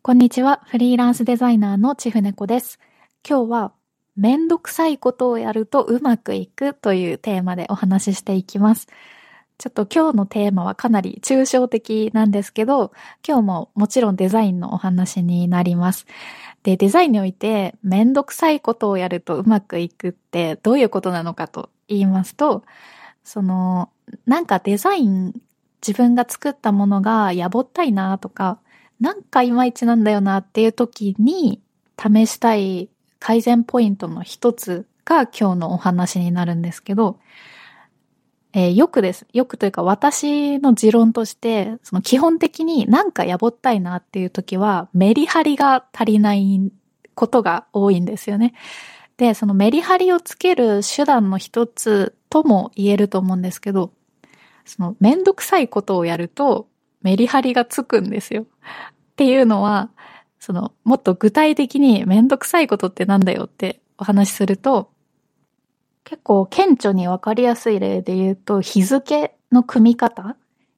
こんにちは。フリーランスデザイナーのちふねこです。今日はめんどくさいことをやるとうまくいくというテーマでお話ししていきます。ちょっと今日のテーマはかなり抽象的なんですけど、今日ももちろんデザインのお話になります。で、デザインにおいてめんどくさいことをやるとうまくいくってどういうことなのかと言いますと、なんかデザイン自分が作ったものがやぼったいなとか、なんかいまいちなんだよなっていう時に試したい改善ポイントの一つが今日のお話になるんですけど、よくというか私の持論として、その基本的になんかやぼったいなっていう時はメリハリが足りないことが多いんですよね。で、そのメリハリをつける手段の一つとも言えると思うんですけど、そのめんどくさいことをやるとメリハリがつくんですよ。っていうのは、もっと具体的にめんどくさいことってなんだよってお話しすると、結構顕著にわかりやすい例で言うと、日付の組み方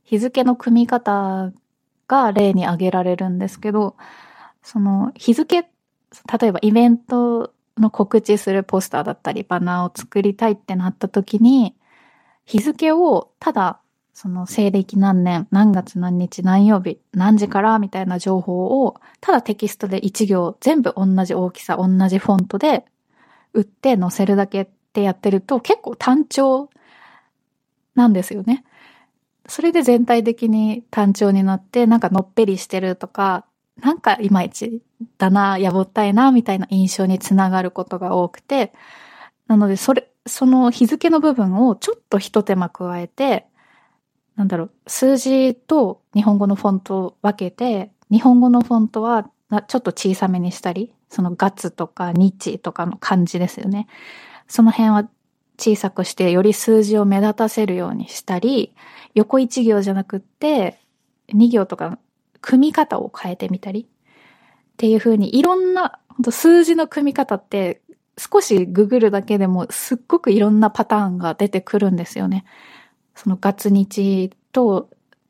が例に挙げられるんですけど、その日付、例えばイベントの告知するポスターだったりバナーを作りたいってなった時に、日付をただその西暦何年、何月何日何曜日、何時からみたいな情報をただテキストで一行全部同じ大きさ、同じフォントで打って載せるだけってやってると結構単調なんですよね。それで全体的に単調になってなんかのっぺりしてるとか、なんかいまいちだな、やぼったいなみたいな印象につながることが多くて、なのでその日付の部分をちょっと一手間加えて、数字と日本語のフォントを分けて、日本語のフォントはちょっと小さめにしたり、その月とか日とかの漢字ですよね。その辺は小さくしてより数字を目立たせるようにしたり、横一行じゃなくって二行とか組み方を変えてみたりっていう風にいろんな数字の組み方って少しググるだけでもすっごくいろんなパターンが出てくるんですよね。その月日と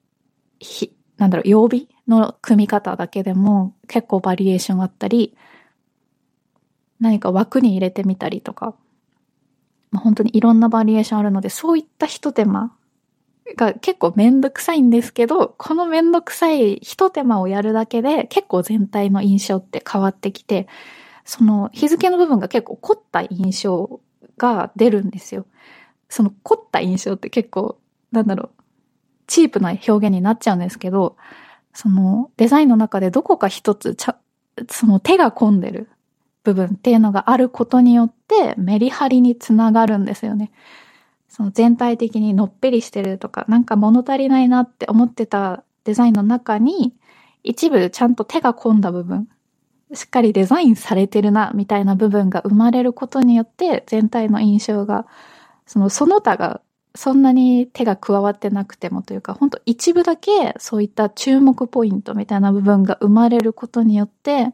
曜日の組み方だけでも結構バリエーションあったり、何か枠に入れてみたりとか、本当にいろんなバリエーションあるので、そういった一手間が結構めんどくさいんですけど、このめんどくさい一手間をやるだけで結構全体の印象って変わってきて、その日付の部分が結構凝った印象が出るんですよ。その凝った印象って結構、チープな表現になっちゃうんですけど、そのデザインの中でどこか一つその手が込んでる部分っていうのがあることによってメリハリにつながるんですよね。その全体的にのっぺりしてるとか、なんか物足りないなって思ってたデザインの中に、一部ちゃんと手が込んだ部分、しっかりデザインされてるなみたいな部分が生まれることによって全体の印象がその他がそんなに手が加わってなくてもというか、ほんと一部だけそういった注目ポイントみたいな部分が生まれることによって、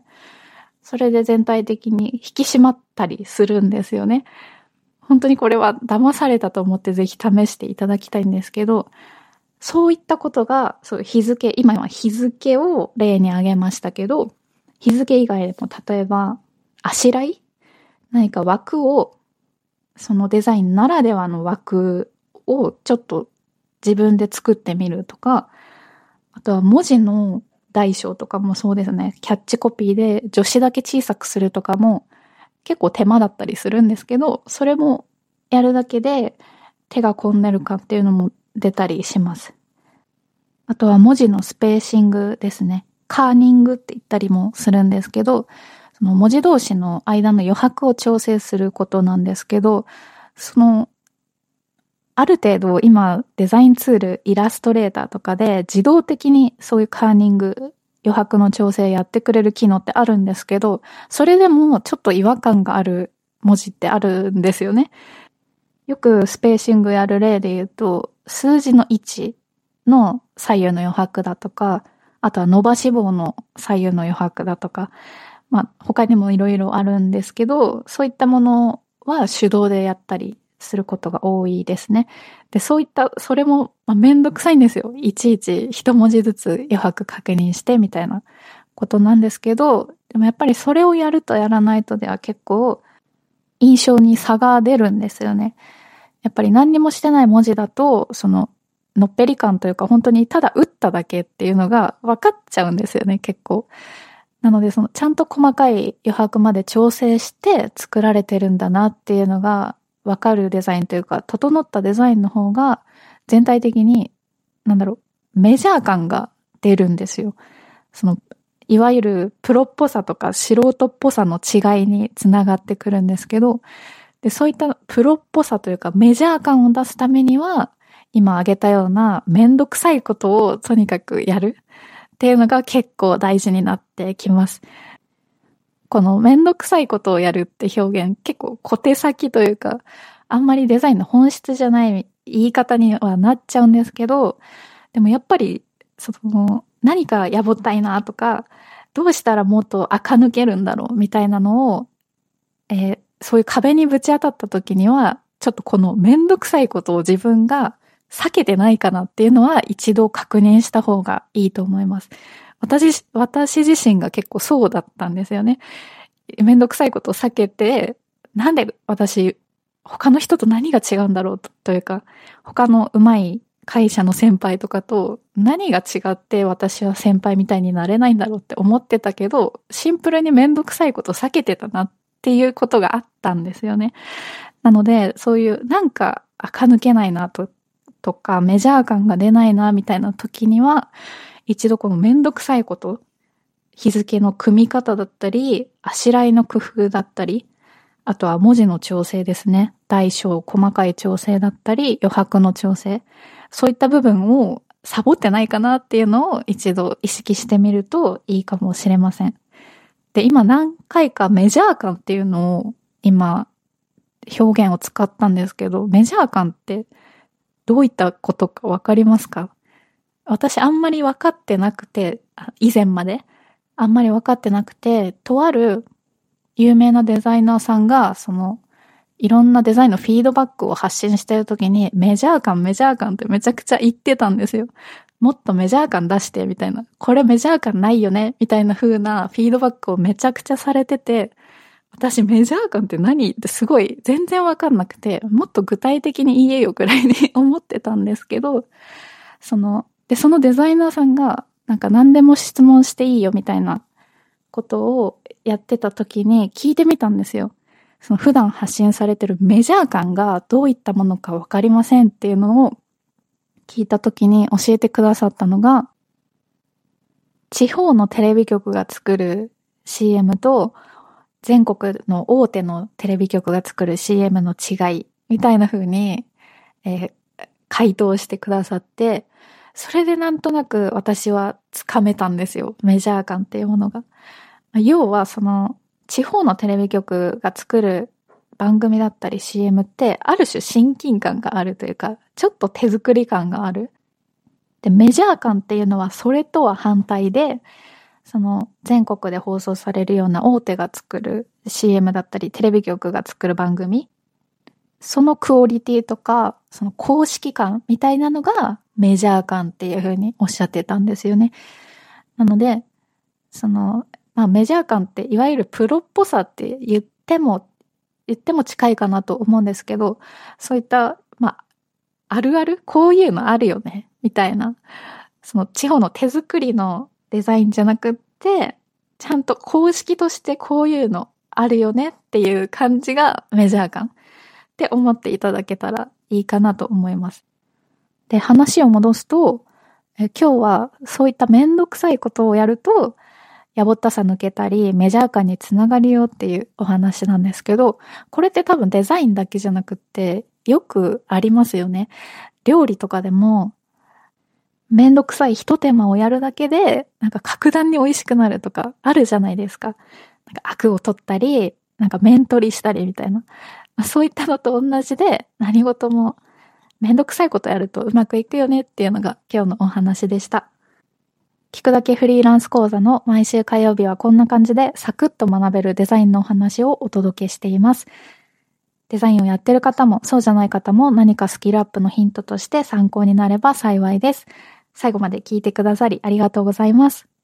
それで全体的に引き締まったりするんですよね。本当にこれは騙されたと思ってぜひ試していただきたいんですけど、そういったことが、今は日付を例に挙げましたけど、日付以外でも例えば、あしらい何か枠を、そのデザインならではの枠をちょっと自分で作ってみるとか、あとは文字の大小とかもそうですね。キャッチコピーで助詞だけ小さくするとかも結構手間だったりするんですけど、それもやるだけで手が込んでるかっていうのも出たりします。あとは文字のスペーシングですね。カーニングって言ったりもするんですけど、その文字同士の間の余白を調整することなんですけど、ある程度今デザインツール、イラストレーターとかで自動的にそういうカーニング、余白の調整やってくれる機能ってあるんですけど、それでもちょっと違和感がある文字ってあるんですよね。よくスペーシングやる例で言うと、数字の位置の左右の余白だとか、あとは伸ばし棒の左右の余白だとか、他にもいろいろあるんですけど、そういったものは手動でやったりすることが多いですね。で、それもめんどくさいんですよ。いちいち一文字ずつ余白確認してみたいなことなんですけど、でもやっぱりそれをやるとやらないとでは結構印象に差が出るんですよね。やっぱり何にもしてない文字だと、のっぺり感というか本当にただ打っただけっていうのが分かっちゃうんですよね、結構。なのでちゃんと細かい余白まで調整して作られてるんだなっていうのが分かるデザインというか、整ったデザインの方が全体的に、メジャー感が出るんですよ。いわゆるプロっぽさとか素人っぽさの違いにつながってくるんですけど、で、そういったプロっぽさというかメジャー感を出すためには、今挙げたようなめんどくさいことをとにかくやるっていうのが結構大事になってきます。このめんどくさいことをやるって表現結構小手先というか、あんまりデザインの本質じゃない言い方にはなっちゃうんですけど、でもやっぱり、何かやぼったいなとか、どうしたらもっと垢抜けるんだろうみたいなのを、そういう壁にぶち当たった時には、ちょっとこのめんどくさいことを自分が避けてないかなっていうのは一度確認した方がいいと思います。私自身が結構そうだったんですよね。めんどくさいことを避けて、なんで他の人と何が違うんだろうというか、他の上手い会社の先輩とかと何が違って私は先輩みたいになれないんだろうって思ってたけど、シンプルにめんどくさいことを避けてたなっていうことがあったんですよね。なので、そういうなんか垢抜けないなとかメジャー感が出ないなみたいな時には、一度このめんどくさいこと、日付の組み方だったり、あしらいの工夫だったり、あとは文字の調整ですね。大小細かい調整だったり、余白の調整。そういった部分をサボってないかなっていうのを一度意識してみるといいかもしれません。で、今何回かメジャー感っていうのを今表現を使ったんですけど、メジャー感ってどういったことかわかりますか？私あんまり分かってなくて、以前まであんまり分かってなくて、とある有名なデザイナーさんが、いろんなデザインのフィードバックを発信してるときに、メジャー感ってめちゃくちゃ言ってたんですよ。もっとメジャー感出して、みたいな。これメジャー感ないよねみたいな風なフィードバックをめちゃくちゃされてて、私メジャー感って何ってすごい全然わかんなくて、もっと具体的に言えよぐらいに思ってたんですけど、そのデザイナーさんが、何でも質問していいよみたいなことをやってた時に聞いてみたんですよ。普段発信されてるメジャー感がどういったものかわかりませんっていうのを聞いた時に教えてくださったのが、地方のテレビ局が作る CM と全国の大手のテレビ局が作る CM の違いみたいな風に、回答してくださって、それでなんとなく私はつかめたんですよ。メジャー感っていうものが。要は地方のテレビ局が作る番組だったり CM ってある種親近感があるというか、ちょっと手作り感がある。で、メジャー感っていうのはそれとは反対で、全国で放送されるような大手が作る CM だったりテレビ局が作る番組、そのクオリティとか、その公式感みたいなのがメジャー感っていう風におっしゃってたんですよね。なので、メジャー感っていわゆるプロっぽさって言っても近いかなと思うんですけど、そういった、あるあるこういうのあるよねみたいな、地方の手作りのデザインじゃなくって、ちゃんと公式としてこういうのあるよねっていう感じがメジャー感って思っていただけたらいいかなと思います。で、話を戻すと、今日はそういっためんどくさいことをやると、やぼったさ抜けたり、メジャー感につながるよっていうお話なんですけど、これって多分デザインだけじゃなくって、よくありますよね。料理とかでも、めんどくさい一手間をやるだけで、格段に美味しくなるとかあるじゃないですか。アクを取ったり、面取りしたりみたいな。そういったのと同じで、何事もめんどくさいことやるとうまくいくよねっていうのが今日のお話でした。聞くだけフリーランス講座の毎週火曜日はこんな感じでサクッと学べるデザインのお話をお届けしています。デザインをやってる方もそうじゃない方も何かスキルアップのヒントとして参考になれば幸いです。最後まで聞いてくださりありがとうございます。